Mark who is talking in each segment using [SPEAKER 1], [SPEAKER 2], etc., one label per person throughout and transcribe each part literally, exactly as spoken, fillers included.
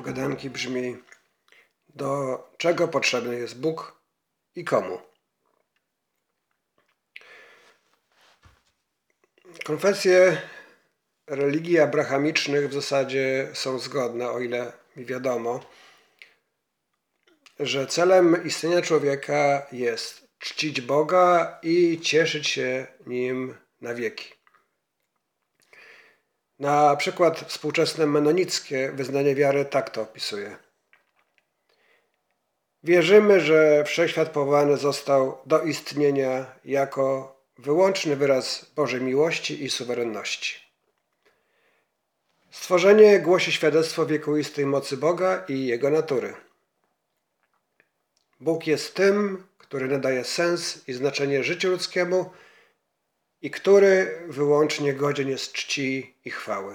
[SPEAKER 1] pogadanki brzmi: do czego potrzebny jest Bóg i komu? Konfesje religii abrahamicznych w zasadzie są zgodne, o ile mi wiadomo, że celem istnienia człowieka jest czcić Boga i cieszyć się Nim na wieki. Na przykład współczesne menonickie wyznanie wiary tak to opisuje. Wierzymy, że wszechświat powołany został do istnienia jako wyłączny wyraz Bożej miłości i suwerenności. Stworzenie głosi świadectwo wiekuistej mocy Boga i Jego natury. Bóg jest tym, który nadaje sens i znaczenie życiu ludzkiemu i który wyłącznie godzien jest czci i chwały.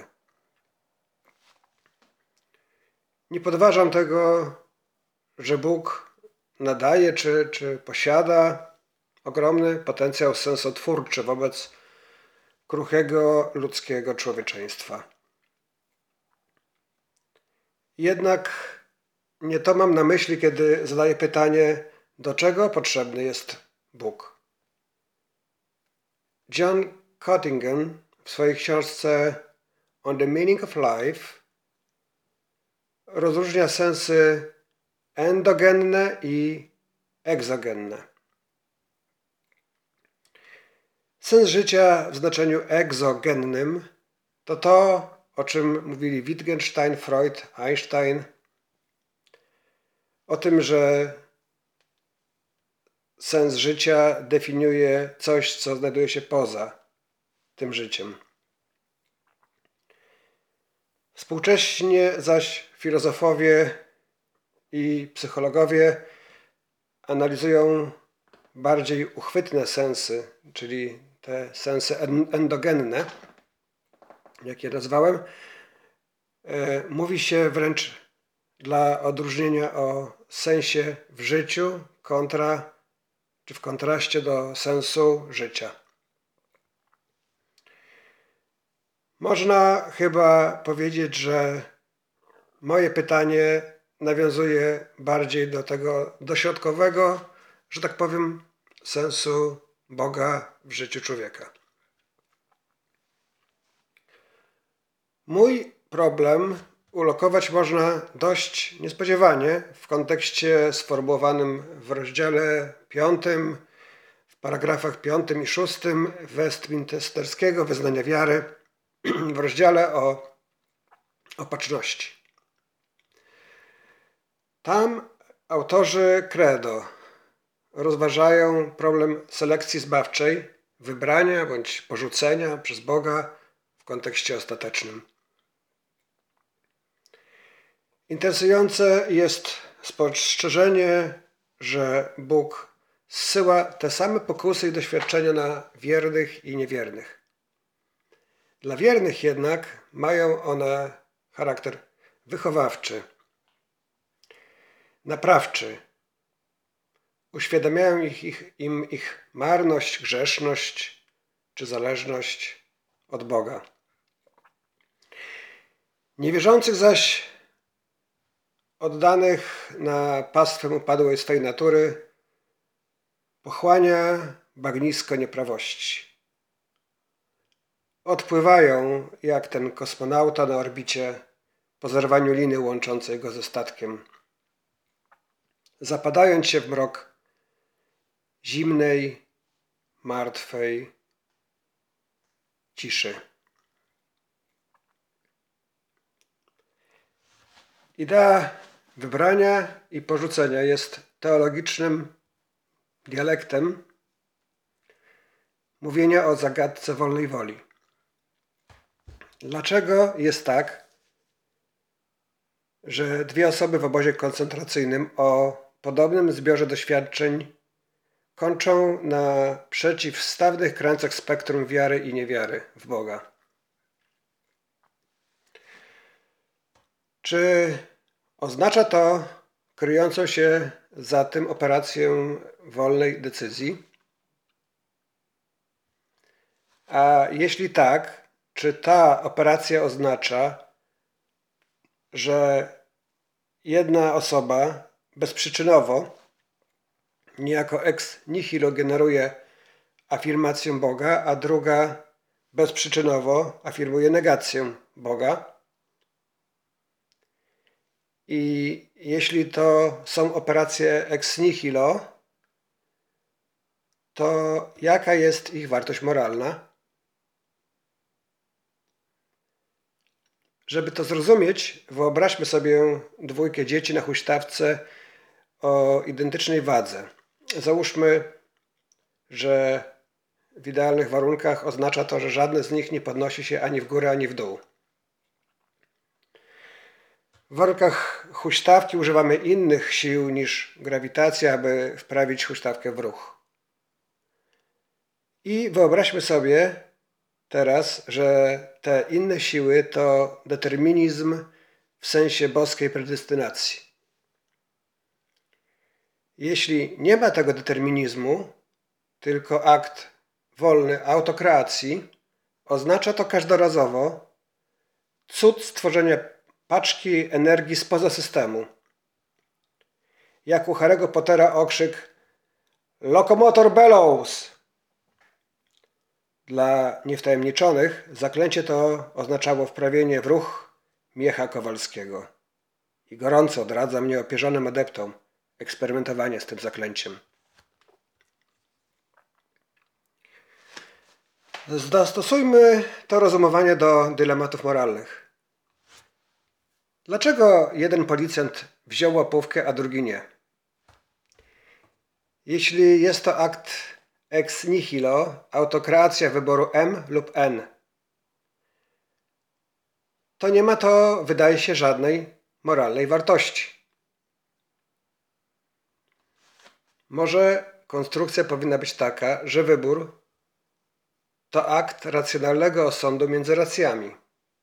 [SPEAKER 1] Nie podważam tego, że Bóg nadaje czy, czy posiada ogromny potencjał sensotwórczy wobec kruchego ludzkiego człowieczeństwa. Jednak nie to mam na myśli, kiedy zadaję pytanie, do czego potrzebny jest Bóg. John Cottingen w swojej książce On the Meaning of Life rozróżnia sensy endogenne i egzogenne. Sens życia w znaczeniu egzogennym to to, o czym mówili Wittgenstein, Freud, Einstein, o tym, że sens życia definiuje coś, co znajduje się poza tym życiem. Współcześnie zaś filozofowie i psychologowie analizują bardziej uchwytne sensy, czyli te sensy endogenne, jak je nazwałem. Mówi się wręcz dla odróżnienia o sensie w życiu kontra, czy w kontraście do sensu życia. Można chyba powiedzieć, że moje pytanie nawiązuje bardziej do tego dośrodkowego, że tak powiem, sensu Boga w życiu człowieka. Mój problem ulokować można dość niespodziewanie w kontekście sformułowanym w rozdziale piątym, w paragrafach piątym i szóstym Westminsterskiego Wyznania Wiary, w rozdziale o opatrzności. Tam autorzy Credo rozważają problem selekcji zbawczej, wybrania bądź porzucenia przez Boga w kontekście ostatecznym. Interesujące jest spostrzeżenie, że Bóg zsyła te same pokusy i doświadczenia na wiernych i niewiernych. Dla wiernych jednak mają one charakter wychowawczy, naprawczy. Uświadamiają ich, ich, im ich marność, grzeszność czy zależność od Boga. Niewierzących zaś, oddanych na pastwę upadłej swej natury, pochłania bagnisko nieprawości. Odpływają jak ten kosmonauta na orbicie po zerwaniu liny łączącej go ze statkiem, zapadając się w mrok zimnej, martwej ciszy. Idea wybrania i porzucenia jest teologicznym dialektem mówienia o zagadce wolnej woli. Dlaczego jest tak, że dwie osoby w obozie koncentracyjnym o podobnym zbiorze doświadczeń kończą na przeciwstawnych krańcach spektrum wiary i niewiary w Boga? Czy oznacza to kryjącą się za tym operację wolnej decyzji? A jeśli tak, czy ta operacja oznacza, że jedna osoba bezprzyczynowo, niejako ex nihilo generuje afirmację Boga, a druga bezprzyczynowo afirmuje negację Boga. I jeśli to są operacje ex nihilo, to jaka jest ich wartość moralna? Żeby to zrozumieć, wyobraźmy sobie dwójkę dzieci na huśtawce o identycznej wadze. Załóżmy, że w idealnych warunkach oznacza to, że żadne z nich nie podnosi się ani w górę, ani w dół. W warunkach huśtawki używamy innych sił niż grawitacja, aby wprawić huśtawkę w ruch. I wyobraźmy sobie teraz, że te inne siły to determinizm w sensie boskiej predestynacji. Jeśli nie ma tego determinizmu, tylko akt wolny autokreacji, oznacza to każdorazowo cud stworzenia paczki energii spoza systemu. Jak u Harry'ego Pottera okrzyk Locomotor Bellows! Dla niewtajemniczonych zaklęcie to oznaczało wprawienie w ruch miecha Kowalskiego. I gorąco odradzam nieopierzonym adeptom eksperymentowanie z tym zaklęciem. Zastosujmy to rozumowanie do dylematów moralnych. Dlaczego jeden policjant wziął łapówkę, a drugi nie? Jeśli jest to akt ex nihilo, autokreacja wyboru M lub N, to nie ma to, wydaje się, żadnej moralnej wartości. Może konstrukcja powinna być taka, że wybór to akt racjonalnego osądu między racjami.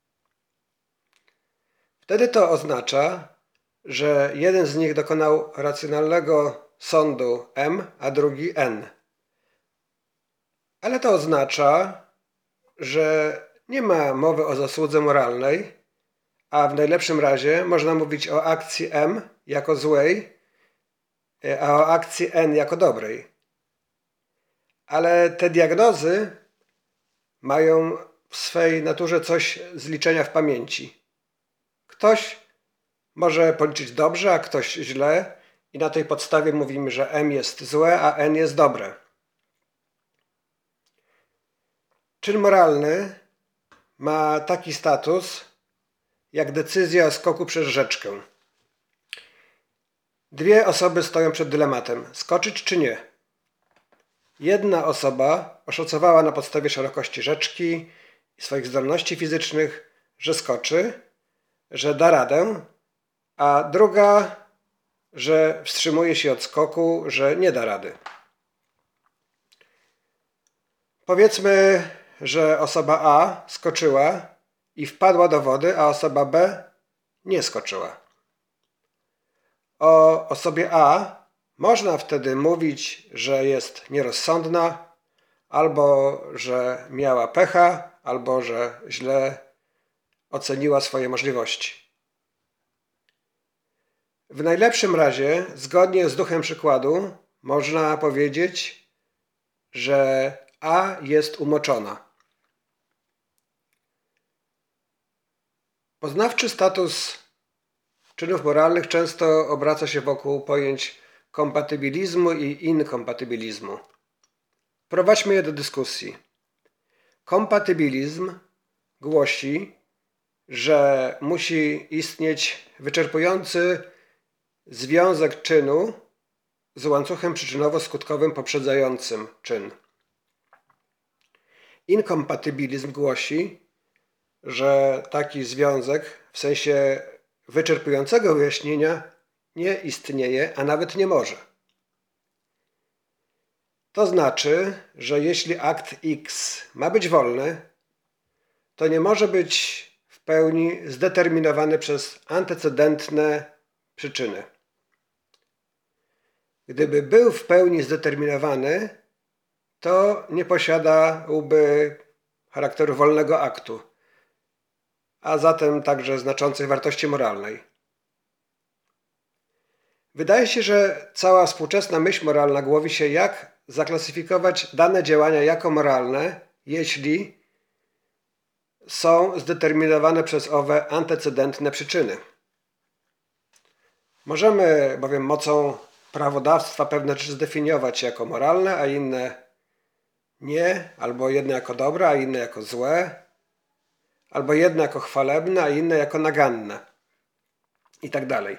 [SPEAKER 1] Wtedy to oznacza, że jeden z nich dokonał racjonalnego sądu M, a drugi N. Ale to oznacza, że nie ma mowy o zasłudze moralnej, a w najlepszym razie można mówić o akcji M jako złej, a o akcji N jako dobrej. Ale te diagnozy mają w swej naturze coś z liczenia w pamięci. Ktoś może policzyć dobrze, a ktoś źle i na tej podstawie mówimy, że M jest złe, a N jest dobre. Czyn moralny ma taki status jak decyzja o skoku przez rzeczkę. Dwie osoby stoją przed dylematem: skoczyć czy nie? Jedna osoba oszacowała na podstawie szerokości rzeczki i swoich zdolności fizycznych, że skoczy, że da radę, a druga, że wstrzymuje się od skoku, że nie da rady. Powiedzmy, że osoba A skoczyła i wpadła do wody, a osoba B nie skoczyła. O osobie A można wtedy mówić, że jest nierozsądna, albo że miała pecha, albo że źle oceniła swoje możliwości. W najlepszym razie, zgodnie z duchem przykładu, można powiedzieć, że A jest umoczona. Poznawczy status czynów moralnych często obraca się wokół pojęć kompatybilizmu i inkompatybilizmu. Prowadźmy je do dyskusji. Kompatybilizm głosi, że musi istnieć wyczerpujący związek czynu z łańcuchem przyczynowo-skutkowym poprzedzającym czyn. Inkompatybilizm głosi, że taki związek w sensie wyczerpującego wyjaśnienia nie istnieje, a nawet nie może. To znaczy, że jeśli akt X ma być wolny, to nie może być w pełni zdeterminowany przez antecedentne przyczyny. Gdyby był w pełni zdeterminowany, to nie posiadałby charakteru wolnego aktu, a zatem także znaczącej wartości moralnej. Wydaje się, że cała współczesna myśl moralna głowi się, jak zaklasyfikować dane działania jako moralne, jeśli są zdeterminowane przez owe antecedentne przyczyny. Możemy bowiem mocą prawodawstwa pewne rzeczy zdefiniować jako moralne, a inne nie, albo jedne jako dobre, a inne jako złe, albo jedne jako chwalebne, a inne jako naganne i tak dalej.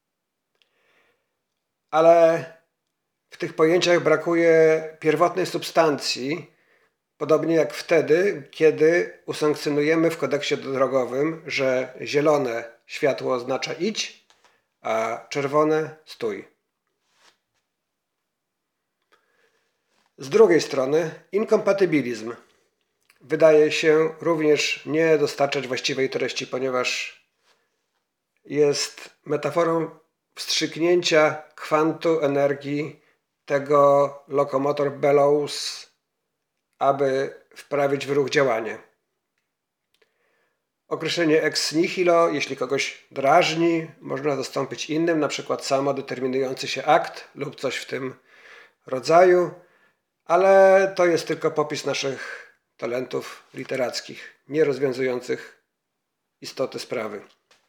[SPEAKER 1] Ale w tych pojęciach brakuje pierwotnej substancji, podobnie jak wtedy, kiedy usankcjonujemy w kodeksie drogowym, że zielone światło oznacza idź, a czerwone stój. Z drugiej strony inkompatybilizm wydaje się również nie dostarczać właściwej treści, ponieważ jest metaforą wstrzyknięcia kwantu energii tego lokomotor bellows, aby wprawić w ruch działanie. Określenie ex nihilo, jeśli kogoś drażni, można zastąpić innym, na przykład samodeterminujący się akt lub coś w tym rodzaju, ale to jest tylko popis naszych talentów literackich, nie rozwiązujących istoty sprawy.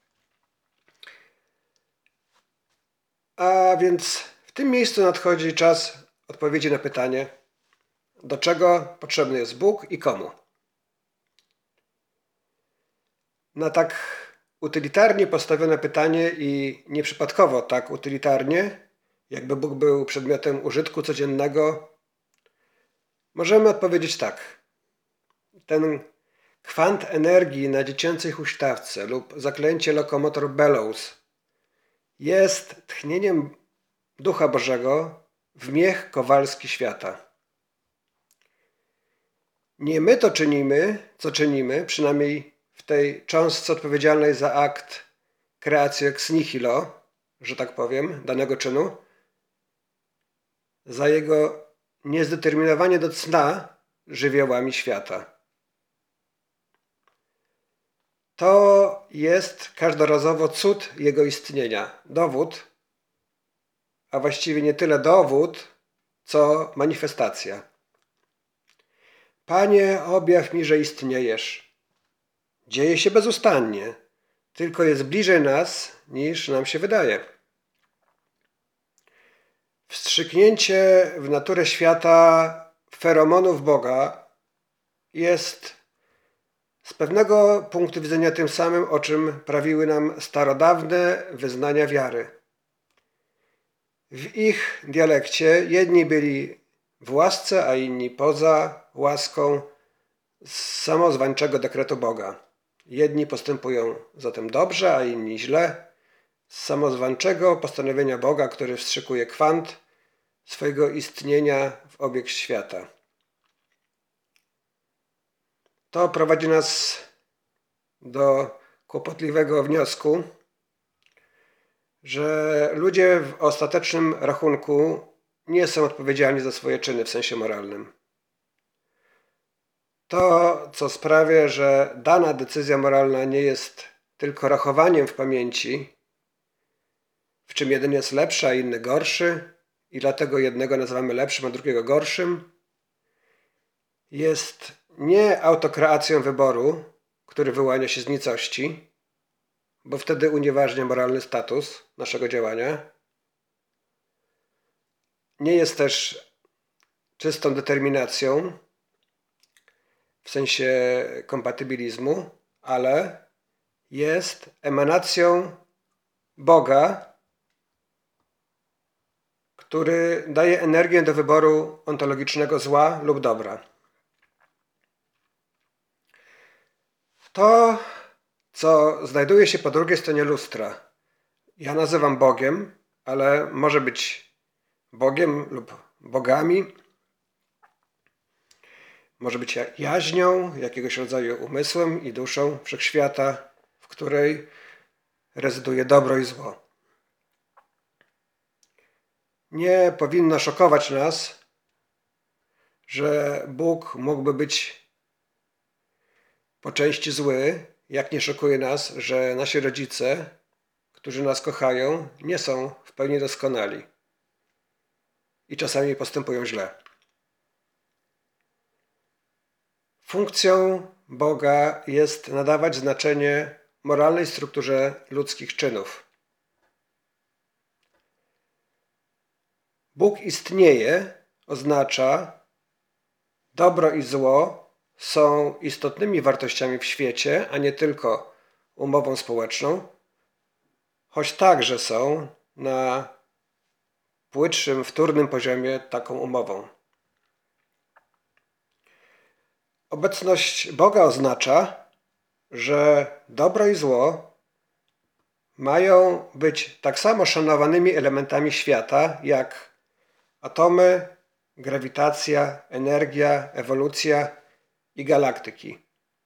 [SPEAKER 1] A więc w tym miejscu nadchodzi czas odpowiedzi na pytanie, do czego potrzebny jest Bóg i komu. Na tak utylitarnie postawione pytanie i nieprzypadkowo tak utylitarnie, jakby Bóg był przedmiotem użytku codziennego, możemy odpowiedzieć tak. Ten kwant energii na dziecięcej huśtawce lub zaklęcie lokomotor bellows jest tchnieniem Ducha Bożego w miech kowalski świata. Nie my to czynimy, co czynimy, przynajmniej w tej cząstce odpowiedzialnej za akt creatio ex nihilo, że tak powiem, danego czynu, za jego niezdeterminowanie do cna żywiołami świata. To jest każdorazowo cud jego istnienia, dowód, a właściwie nie tyle dowód, co manifestacja. Panie, objaw mi, że istniejesz. Dzieje się bezustannie, tylko jest bliżej nas, niż nam się wydaje. Wstrzyknięcie w naturę świata feromonów Boga jest z pewnego punktu widzenia tym samym, o czym prawiły nam starodawne wyznania wiary. W ich dialekcie jedni byli w łasce, a inni poza łaską z samozwańczego dekretu Boga. Jedni postępują zatem dobrze, a inni źle, z samozwańczego postanowienia Boga, który wstrzykuje kwant swojego istnienia w obieg świata. To prowadzi nas do kłopotliwego wniosku, że ludzie w ostatecznym rachunku nie są odpowiedzialni za swoje czyny w sensie moralnym. To, co sprawia, że dana decyzja moralna nie jest tylko rachowaniem w pamięci, w czym jeden jest lepszy, a inny gorszy i dlatego jednego nazywamy lepszym, a drugiego gorszym, jest nie autokreacją wyboru, który wyłania się z nicości, bo wtedy unieważnia moralny status naszego działania. Nie jest też czystą determinacją w sensie kompatybilizmu, ale jest emanacją Boga, który daje energię do wyboru ontologicznego zła lub dobra. To, co znajduje się po drugiej stronie lustra, ja nazywam Bogiem, ale może być Bogiem lub bogami, może być jaźnią, jakiegoś rodzaju umysłem i duszą wszechświata, w której rezyduje dobro i zło. Nie powinno szokować nas, że Bóg mógłby być po części zły, jak nie szokuje nas, że nasi rodzice, którzy nas kochają, nie są w pełni doskonali i czasami postępują źle. Funkcją Boga jest nadawać znaczenie moralnej strukturze ludzkich czynów. Bóg istnieje oznacza, dobro i zło są istotnymi wartościami w świecie, a nie tylko umową społeczną, choć także są na płytszym, wtórnym poziomie taką umową. Obecność Boga oznacza, że dobro i zło mają być tak samo szanowanymi elementami świata, jak atomy, grawitacja, energia, ewolucja i galaktyki.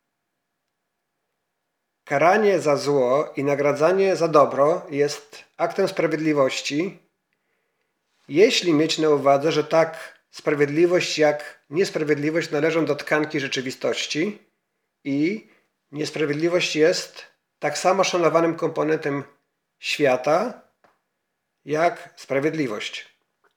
[SPEAKER 1] Karanie za zło i nagradzanie za dobro jest aktem sprawiedliwości, jeśli mieć na uwadze, że tak sprawiedliwość jak niesprawiedliwość należą do tkanki rzeczywistości i niesprawiedliwość jest tak samo szanowanym komponentem świata jak sprawiedliwość.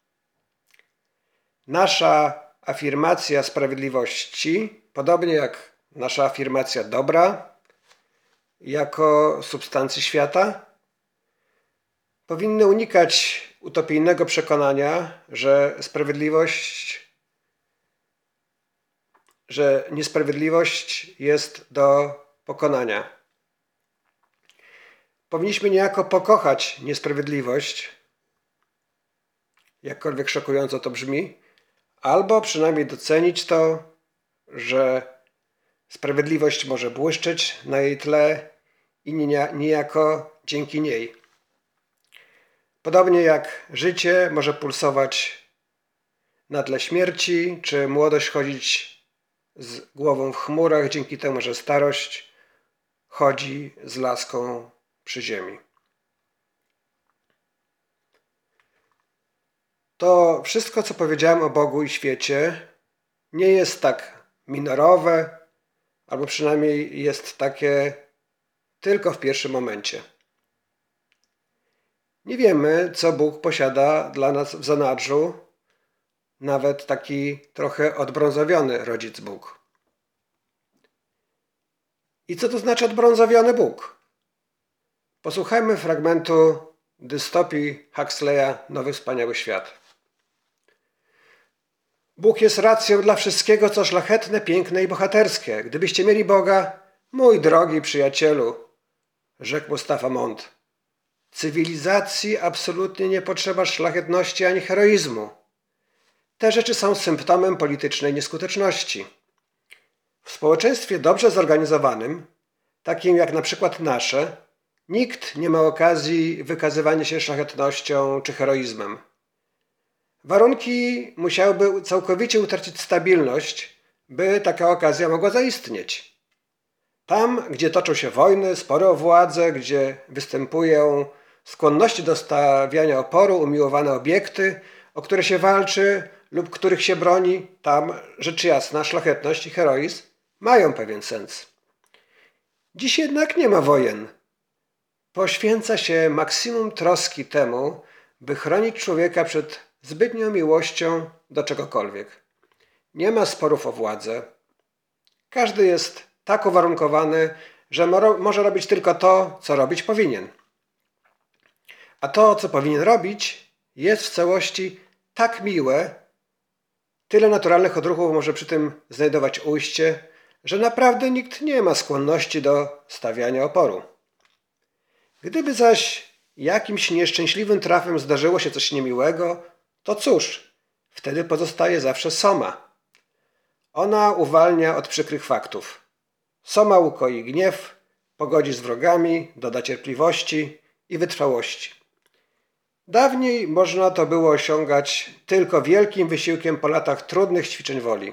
[SPEAKER 1] Nasza afirmacja sprawiedliwości, podobnie jak nasza afirmacja dobra, jako substancji świata, powinny unikać utopijnego przekonania, że sprawiedliwość, że niesprawiedliwość jest do pokonania. Powinniśmy niejako pokochać niesprawiedliwość, jakkolwiek szokująco to brzmi, albo przynajmniej docenić to, że sprawiedliwość może błyszczeć na jej tle i niejako dzięki niej. Podobnie jak życie może pulsować na tle śmierci, czy młodość chodzić z głową w chmurach dzięki temu, że starość chodzi z laską przy ziemi. To wszystko, co powiedziałem o Bogu i świecie, nie jest tak minorowe, albo przynajmniej jest takie tylko w pierwszym momencie. Nie wiemy, co Bóg posiada dla nas w zanadrzu, nawet taki trochę odbrązowiony rodzic Bóg. I co to znaczy odbrązowiony Bóg? Posłuchajmy fragmentu dystopii Huxleya Nowy Wspaniały Świat. Bóg jest racją dla wszystkiego, co szlachetne, piękne i bohaterskie. Gdybyście mieli Boga, mój drogi przyjacielu, rzekł Mustafa Mond, cywilizacji absolutnie nie potrzeba szlachetności ani heroizmu. Te rzeczy są symptomem politycznej nieskuteczności. W społeczeństwie dobrze zorganizowanym, takim jak na przykład nasze, nikt nie ma okazji wykazywania się szlachetnością czy heroizmem. Warunki musiałyby całkowicie utracić stabilność, by taka okazja mogła zaistnieć. Tam, gdzie toczą się wojny, spory o władzę, gdzie występują skłonności do stawiania oporu, umiłowane obiekty, o które się walczy lub których się broni, tam rzecz jasna szlachetność i heroizm mają pewien sens. Dziś jednak nie ma wojen. Poświęca się maksimum troski temu, by chronić człowieka przed zbytnią miłością do czegokolwiek. Nie ma sporów o władzę. Każdy jest tak uwarunkowany, że może robić tylko to, co robić powinien. A to, co powinien robić, jest w całości tak miłe, tyle naturalnych odruchów może przy tym znajdować ujście, że naprawdę nikt nie ma skłonności do stawiania oporu. Gdyby zaś jakimś nieszczęśliwym trafem zdarzyło się coś niemiłego, to cóż, wtedy pozostaje zawsze soma. Ona uwalnia od przykrych faktów. Soma ukoi gniew, pogodzi z wrogami, doda cierpliwości i wytrwałości. Dawniej można to było osiągać tylko wielkim wysiłkiem po latach trudnych ćwiczeń woli.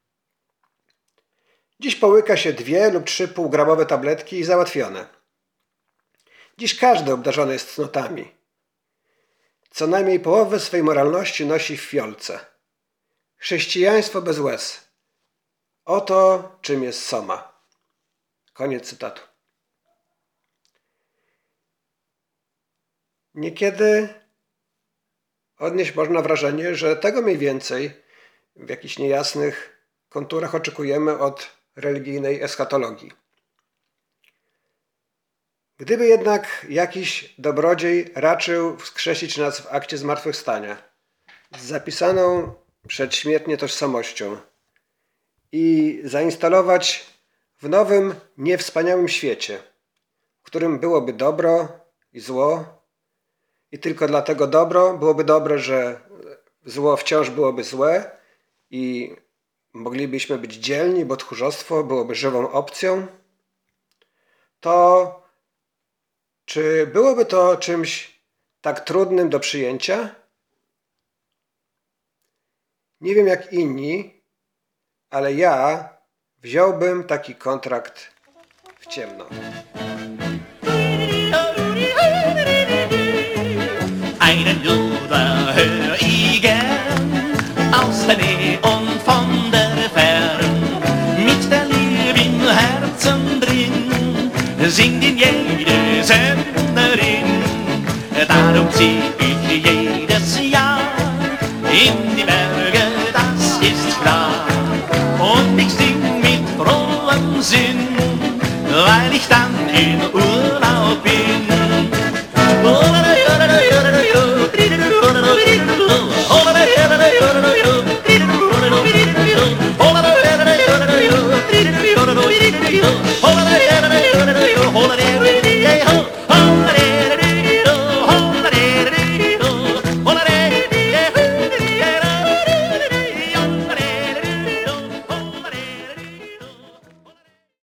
[SPEAKER 1] Dziś połyka się dwie lub trzy półgramowe tabletki i załatwione. Dziś każdy obdarzony jest cnotami. Co najmniej połowę swej moralności nosi w fiolce. Chrześcijaństwo bez łez. Oto czym jest soma. Koniec cytatu. Niekiedy odnieść można wrażenie, że tego mniej więcej w jakichś niejasnych konturach oczekujemy od religijnej eschatologii. Gdyby jednak jakiś dobrodziej raczył wskrzesić nas w akcie zmartwychwstania z zapisaną przedśmiertnie tożsamością i zainstalować w nowym, niewspaniałym świecie, w którym byłoby dobro i zło i tylko dlatego dobro byłoby dobre, że zło wciąż byłoby złe i moglibyśmy być dzielni, bo tchórzostwo byłoby żywą opcją, to czy byłoby to czymś tak trudnym do przyjęcia? Nie wiem jak inni, ale ja wziąłbym taki kontrakt w ciemno.
[SPEAKER 2] Eine Luder hör ich gern aus der Nähe und von der Fern. Mit der Liebe im Herzen drin singt in jede Sängerin, darum zieh